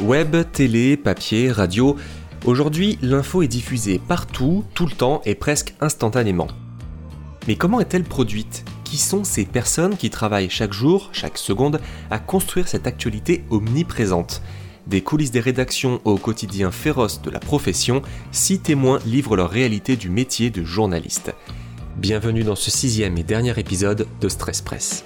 Web, télé, papier, radio, aujourd'hui l'info est diffusée partout, tout le temps et presque instantanément. Mais comment est-elle produite ? Qui sont ces personnes qui travaillent chaque jour, chaque seconde, à construire cette actualité omniprésente ? Des coulisses des rédactions au quotidien féroce de la profession, 6 témoins livrent leur réalité du métier de journaliste. Bienvenue dans ce 6e et dernier épisode de Stress Press.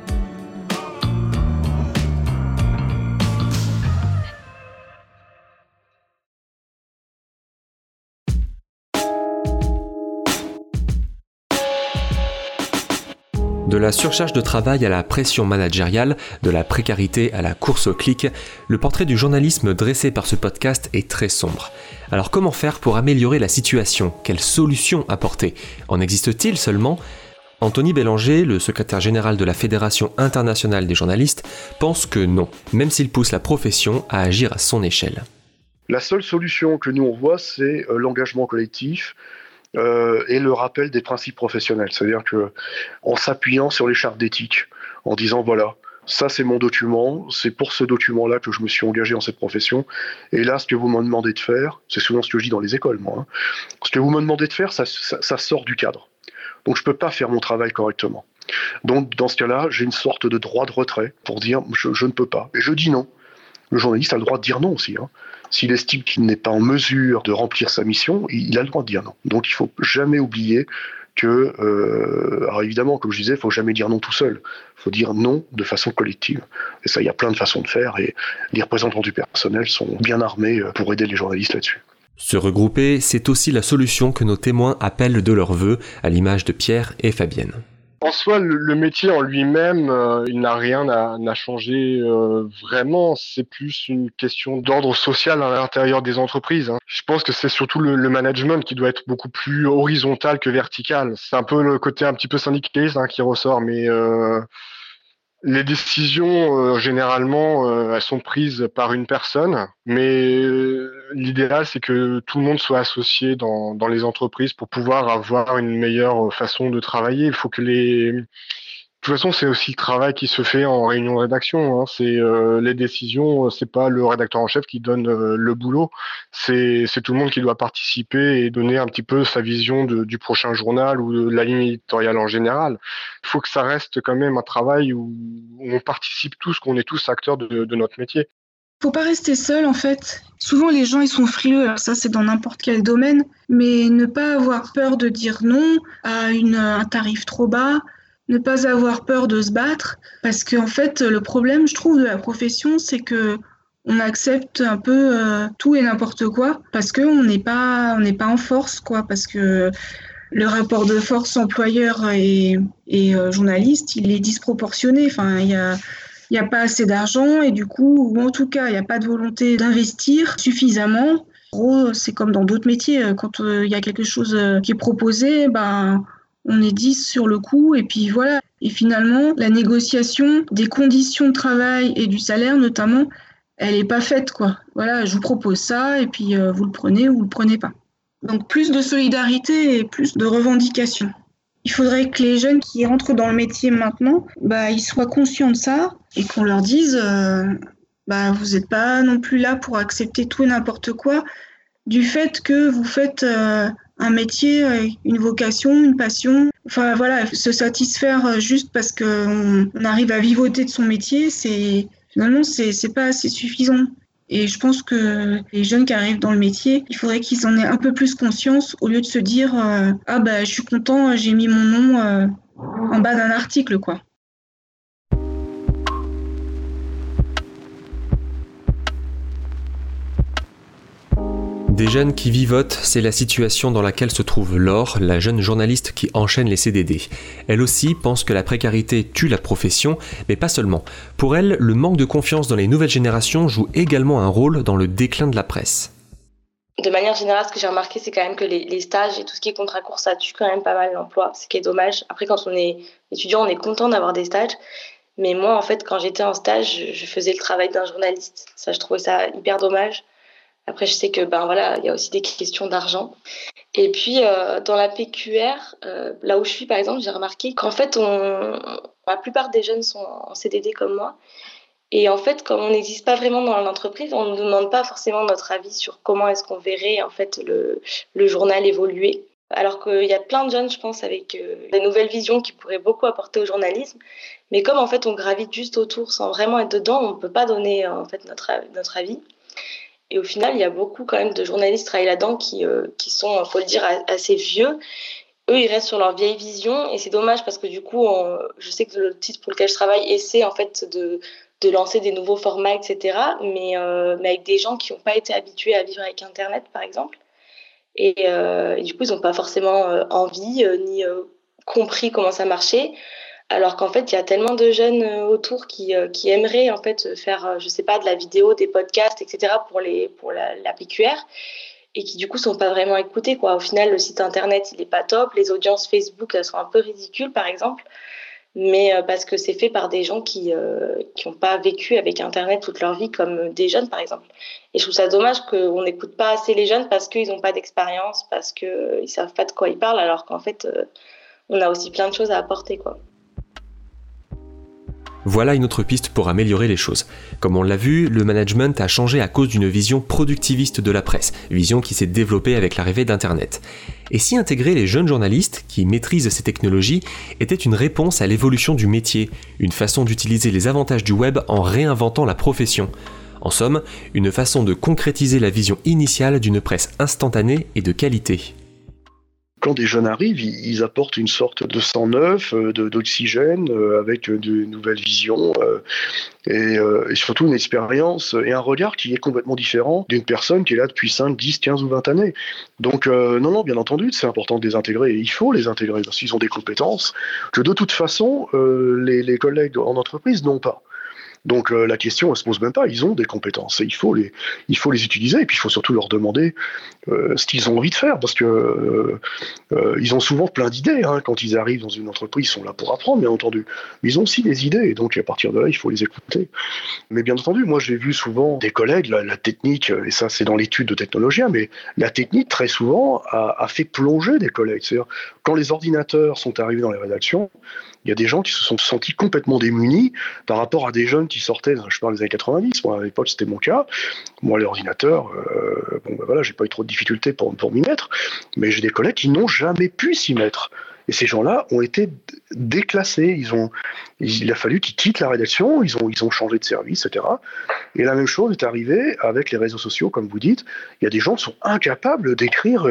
De la surcharge de travail à la pression managériale, de la précarité à la course au clic, le portrait du journalisme dressé par ce podcast est très sombre. Alors comment faire pour améliorer la situation ? Quelles solutions apporter ? En existe-t-il seulement ? Anthony Bélanger, le secrétaire général de la Fédération internationale des journalistes, pense que non, même s'il pousse la profession à agir à son échelle. La seule solution que nous on voit, c'est l'engagement collectif, et le rappel des principes professionnels. C'est-à-dire qu'en s'appuyant sur les chartes d'éthique, en disant voilà, ça c'est mon document, c'est pour ce document-là que je me suis engagé dans cette profession, et là ce que vous me demandez de faire, c'est souvent ce que je dis dans les écoles moi, ce que vous me demandez de faire, ça sort du cadre. Donc je ne peux pas faire mon travail correctement. Donc dans ce cas-là, j'ai une sorte de droit de retrait pour dire je ne peux pas, et je dis non. Le journaliste a le droit de dire non aussi. S'il estime qu'il n'est pas en mesure de remplir sa mission, il a le droit de dire non. Donc il ne faut jamais oublier que, alors évidemment, comme je disais, il ne faut jamais dire non tout seul. Il faut dire non de façon collective. Et ça, il y a plein de façons de faire, et les représentants du personnel sont bien armés pour aider les journalistes là-dessus. Se regrouper, c'est aussi la solution que nos témoins appellent de leur vœu, à l'image de Pierre et Fabienne. En soi, le métier en lui-même, il n'a rien à changer vraiment. C'est plus une question d'ordre social à l'intérieur des entreprises. Je pense que c'est surtout le management qui doit être beaucoup plus horizontal que vertical. C'est un peu le côté un petit peu syndicaliste qui ressort, mais les décisions, généralement, elles sont prises par une personne, mais l'idéal, c'est que tout le monde soit associé dans les entreprises pour pouvoir avoir une meilleure façon de travailler. Il faut que De toute façon, c'est aussi le travail qui se fait en réunion de rédaction. C'est les décisions, c'est pas le rédacteur en chef qui donne le boulot. C'est tout le monde qui doit participer et donner un petit peu sa vision du prochain journal ou de la ligne éditoriale en général. Il faut que ça reste quand même un travail où on participe tous, qu'on est tous acteurs de notre métier. Faut pas rester seul en fait. Souvent les gens ils sont frileux, alors ça c'est dans n'importe quel domaine, mais ne pas avoir peur de dire non à un tarif trop bas, ne pas avoir peur de se battre, parce qu'en fait le problème je trouve de la profession c'est que on accepte un peu tout et n'importe quoi parce que on n'est pas en force quoi, parce que le rapport de force employeur et journaliste il est disproportionné. Enfin il n'y a pas assez d'argent et du coup, ou en tout cas, il n'y a pas de volonté d'investir suffisamment. En gros, c'est comme dans d'autres métiers. Quand il y a quelque chose qui est proposé, on est 10 sur le coup et puis voilà. Et finalement, la négociation des conditions de travail et du salaire notamment, elle n'est pas faite, quoi. Voilà, je vous propose ça et puis vous le prenez ou vous le prenez pas. Donc plus de solidarité et plus de revendications. Il faudrait que les jeunes qui rentrent dans le métier maintenant, ils soient conscients de ça et qu'on leur dise vous n'êtes pas non plus là pour accepter tout et n'importe quoi, du fait que vous faites un métier, une vocation, une passion. Enfin voilà, se satisfaire juste parce qu'on arrive à vivoter de son métier, c'est pas assez suffisant. Et je pense que les jeunes qui arrivent dans le métier, il faudrait qu'ils en aient un peu plus conscience au lieu de se dire je suis content, j'ai mis mon nom en bas d'un article, quoi. Des jeunes qui vivotent, c'est la situation dans laquelle se trouve Laure, la jeune journaliste qui enchaîne les CDD. Elle aussi pense que la précarité tue la profession, mais pas seulement. Pour elle, le manque de confiance dans les nouvelles générations joue également un rôle dans le déclin de la presse. De manière générale, ce que j'ai remarqué, c'est quand même que les stages et tout ce qui est contrat court, ça tue quand même pas mal l'emploi, ce qui est dommage. Après, quand on est étudiant, on est content d'avoir des stages. Mais moi, en fait, quand j'étais en stage, je faisais le travail d'un journaliste. Ça, je trouvais ça hyper dommage. Après, je sais que il y a aussi des questions d'argent. Et puis, dans la PQR, là où je suis, par exemple, j'ai remarqué qu'en fait, la plupart des jeunes sont en CDD comme moi. Et en fait, comme on n'existe pas vraiment dans l'entreprise, on ne nous demande pas forcément notre avis sur comment est-ce qu'on verrait en fait le journal évoluer. Alors qu'il y a plein de jeunes, je pense, avec des nouvelles visions qui pourraient beaucoup apporter au journalisme. Mais comme en fait on gravite juste autour sans vraiment être dedans, on ne peut pas donner en fait notre avis. Et au final, il y a beaucoup quand même de journalistes qui travaillent là-dedans qui sont, faut le dire, assez vieux. Eux, ils restent sur leur vieille vision et c'est dommage parce que du coup, je sais que le titre pour lequel je travaille essaie en fait de lancer des nouveaux formats, etc. Mais avec des gens qui n'ont pas été habitués à vivre avec Internet, par exemple. Et du coup, ils n'ont pas forcément envie ni compris comment ça marchait. Alors qu'en fait, il y a tellement de jeunes autour qui aimeraient en fait faire, je sais pas, de la vidéo, des podcasts, etc. pour la PQR et qui du coup sont pas vraiment écoutés, quoi. Au final, le site internet, il est pas top. Les audiences Facebook, elles sont un peu ridicules, par exemple. Mais parce que c'est fait par des gens qui n'ont pas vécu avec Internet toute leur vie, comme des jeunes, par exemple. Et je trouve ça dommage qu'on n'écoute pas assez les jeunes parce qu'ils n'ont pas d'expérience, parce qu'ils ne savent pas de quoi ils parlent, alors qu'en fait, on a aussi plein de choses à apporter, quoi. Voilà une autre piste pour améliorer les choses. Comme on l'a vu, le management a changé à cause d'une vision productiviste de la presse, vision qui s'est développée avec l'arrivée d'Internet. Et si intégrer les jeunes journalistes, qui maîtrisent ces technologies, était une réponse à l'évolution du métier, une façon d'utiliser les avantages du web en réinventant la profession. En somme, une façon de concrétiser la vision initiale d'une presse instantanée et de qualité. Quand des jeunes arrivent, ils apportent une sorte de sang neuf, d'oxygène, avec de nouvelles visions, et surtout une expérience et un regard qui est complètement différent d'une personne qui est là depuis 5, 10, 15 ou 20 années. Donc non, bien entendu, c'est important de les intégrer, et il faut les intégrer, parce qu'ils ont des compétences que de toute façon, les collègues en entreprise n'ont pas. Donc la question, elle se pose même pas. Ils ont des compétences et il faut les utiliser. Et puis il faut surtout leur demander ce qu'ils ont envie de faire, parce que ils ont souvent plein d'idées. Quand ils arrivent dans une entreprise, ils sont là pour apprendre, bien entendu. Mais ils ont aussi des idées. Et donc à partir de là, il faut les écouter. Mais bien entendu, moi j'ai vu souvent des collègues, la technique, et ça c'est dans l'étude de technologien, mais la technique très souvent a fait plonger des collègues. C'est-à-dire quand les ordinateurs sont arrivés dans les rédactions, il y a des gens qui se sont sentis complètement démunis par rapport à des jeunes qui sortaient, je parle des années 90, moi à l'époque c'était mon cas. Moi l'ordinateur, j'ai pas eu trop de difficultés pour m'y mettre, mais j'ai des collègues qui n'ont jamais pu s'y mettre. Et ces gens-là ont été déclassés. Il a fallu qu'ils quittent la rédaction, ils ont changé de service, etc. Et la même chose est arrivée avec les réseaux sociaux, comme vous dites. Il y a des gens qui sont incapables d'écrire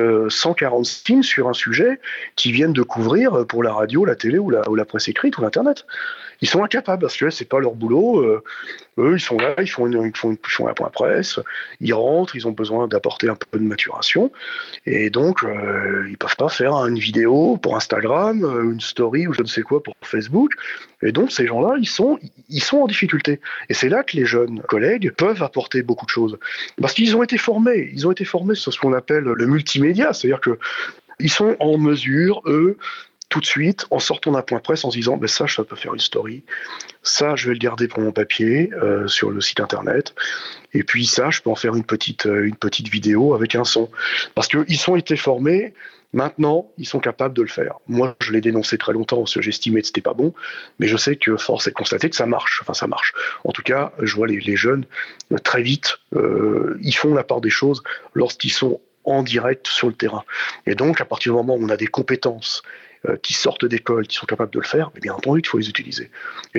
140 lignes sur un sujet qu'ils viennent de couvrir pour la radio, la télé ou la presse écrite ou l'Internet. Ils sont incapables, parce que c'est pas leur boulot. Eux, ils sont là, ils font un point presse, ils rentrent, ils ont besoin d'apporter un peu de maturation, et donc ils peuvent pas faire une vidéo pour Instagram, une story ou je ne sais quoi pour Facebook. Et donc ces gens-là, ils sont en difficulté. Et c'est là que les jeunes collègues peuvent apporter beaucoup de choses, parce qu'ils ont été formés. Ils ont été formés sur ce qu'on appelle le multimédia, c'est-à-dire que ils sont en mesure, eux, tout de suite, en sortant d'un point presse, en se disant ça peut faire une story, ça je vais le garder pour mon papier sur le site internet, et puis ça je peux en faire une petite vidéo avec un son, parce qu'ils ont été formés. Maintenant, ils sont capables de le faire. Moi, je l'ai dénoncé très longtemps parce que j'estimais que c'était pas bon, mais je sais que force est de constater que ça marche. Enfin, ça marche. En tout cas, je vois les jeunes très vite, ils font la part des choses lorsqu'ils sont en direct sur le terrain. Et donc, à partir du moment où on a des compétences qui sortent d'école, qui sont capables de le faire, bien entendu, il faut les utiliser.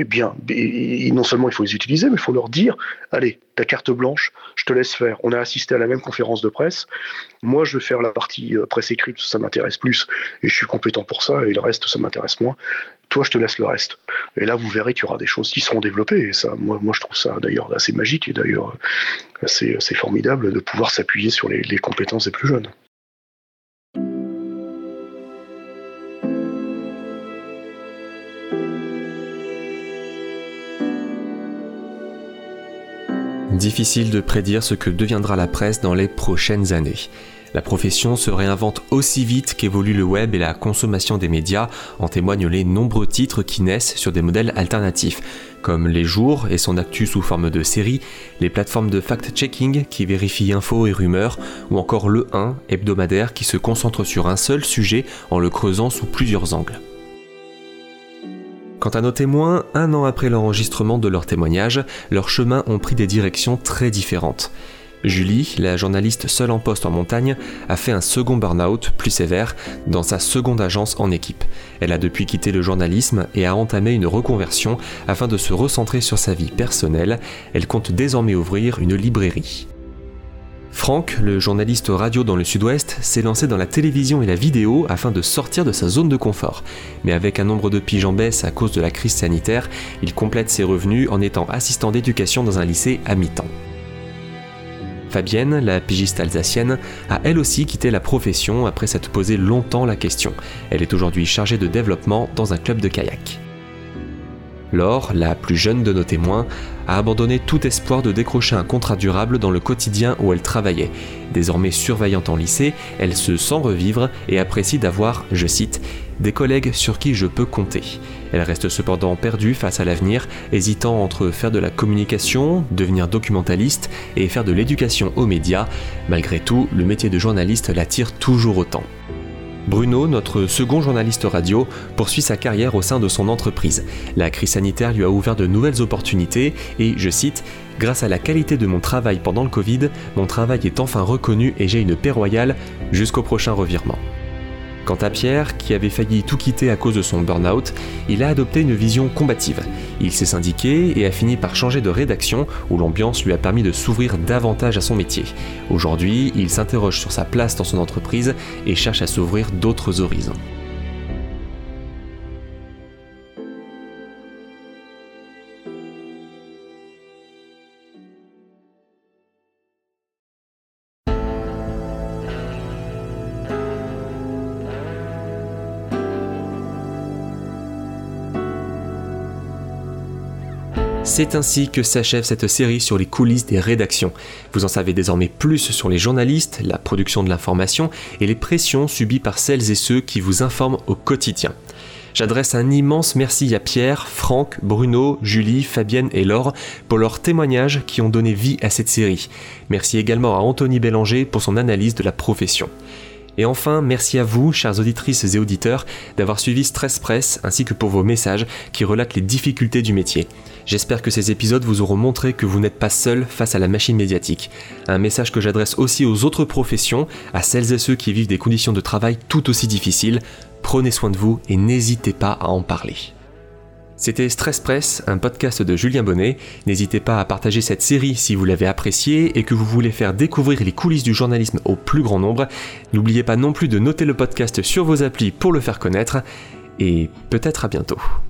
Et non seulement il faut les utiliser, mais il faut leur dire, allez, ta carte blanche, je te laisse faire. On a assisté à la même conférence de presse. Moi, je vais faire la partie presse écrite, ça m'intéresse plus, et je suis compétent pour ça, et le reste, ça m'intéresse moins. Toi, je te laisse le reste. Et là, vous verrez qu'il y aura des choses qui seront développées. Et ça, moi, je trouve ça d'ailleurs assez magique, et d'ailleurs assez formidable de pouvoir s'appuyer sur les compétences des plus jeunes. Difficile de prédire ce que deviendra la presse dans les prochaines années. La profession se réinvente aussi vite qu'évolue le web et la consommation des médias, en témoignent les nombreux titres qui naissent sur des modèles alternatifs, comme Les Jours et son actu sous forme de série, les plateformes de fact-checking qui vérifient infos et rumeurs, ou encore Le 1, hebdomadaire qui se concentre sur un seul sujet en le creusant sous plusieurs angles. Quant à nos témoins, 1 an après l'enregistrement de leur témoignage, leurs chemins ont pris des directions très différentes. Julie, la journaliste seule en poste en montagne, a fait un second burn-out plus sévère dans sa seconde agence en équipe. Elle a depuis quitté le journalisme et a entamé une reconversion afin de se recentrer sur sa vie personnelle. Elle compte désormais ouvrir une librairie. Franck, le journaliste radio dans le sud-ouest, s'est lancé dans la télévision et la vidéo afin de sortir de sa zone de confort. Mais avec un nombre de piges en baisse à cause de la crise sanitaire, il complète ses revenus en étant assistant d'éducation dans un lycée à mi-temps. Fabienne, la pigiste alsacienne, a elle aussi quitté la profession après s'être posé longtemps la question. Elle est aujourd'hui chargée de développement dans un club de kayak. Laure, la plus jeune de nos témoins, a abandonné tout espoir de décrocher un contrat durable dans le quotidien où elle travaillait. Désormais surveillante en lycée, elle se sent revivre et apprécie d'avoir, je cite, « des collègues sur qui je peux compter ». Elle reste cependant perdue face à l'avenir, hésitant entre faire de la communication, devenir documentaliste et faire de l'éducation aux médias. Malgré tout, le métier de journaliste l'attire toujours autant. Bruno, notre second journaliste radio, poursuit sa carrière au sein de son entreprise. La crise sanitaire lui a ouvert de nouvelles opportunités et, je cite, « Grâce à la qualité de mon travail pendant le Covid, mon travail est enfin reconnu et j'ai une paix royale jusqu'au prochain revirement ». Quant à Pierre, qui avait failli tout quitter à cause de son burn-out, il a adopté une vision combative. Il s'est syndiqué et a fini par changer de rédaction où l'ambiance lui a permis de s'ouvrir davantage à son métier. Aujourd'hui, il s'interroge sur sa place dans son entreprise et cherche à s'ouvrir d'autres horizons. C'est ainsi que s'achève cette série sur les coulisses des rédactions. Vous en savez désormais plus sur les journalistes, la production de l'information et les pressions subies par celles et ceux qui vous informent au quotidien. J'adresse un immense merci à Pierre, Franck, Bruno, Julie, Fabienne et Laure pour leurs témoignages qui ont donné vie à cette série. Merci également à Anthony Bélanger pour son analyse de la profession. Et enfin, merci à vous, chères auditrices et auditeurs, d'avoir suivi Stress Press ainsi que pour vos messages qui relatent les difficultés du métier. J'espère que ces épisodes vous auront montré que vous n'êtes pas seul face à la machine médiatique. Un message que j'adresse aussi aux autres professions, à celles et ceux qui vivent des conditions de travail tout aussi difficiles. Prenez soin de vous et n'hésitez pas à en parler. C'était Stress Press, un podcast de Julien Bonnet. N'hésitez pas à partager cette série si vous l'avez appréciée et que vous voulez faire découvrir les coulisses du journalisme au plus grand nombre. N'oubliez pas non plus de noter le podcast sur vos applis pour le faire connaître. Et peut-être à bientôt.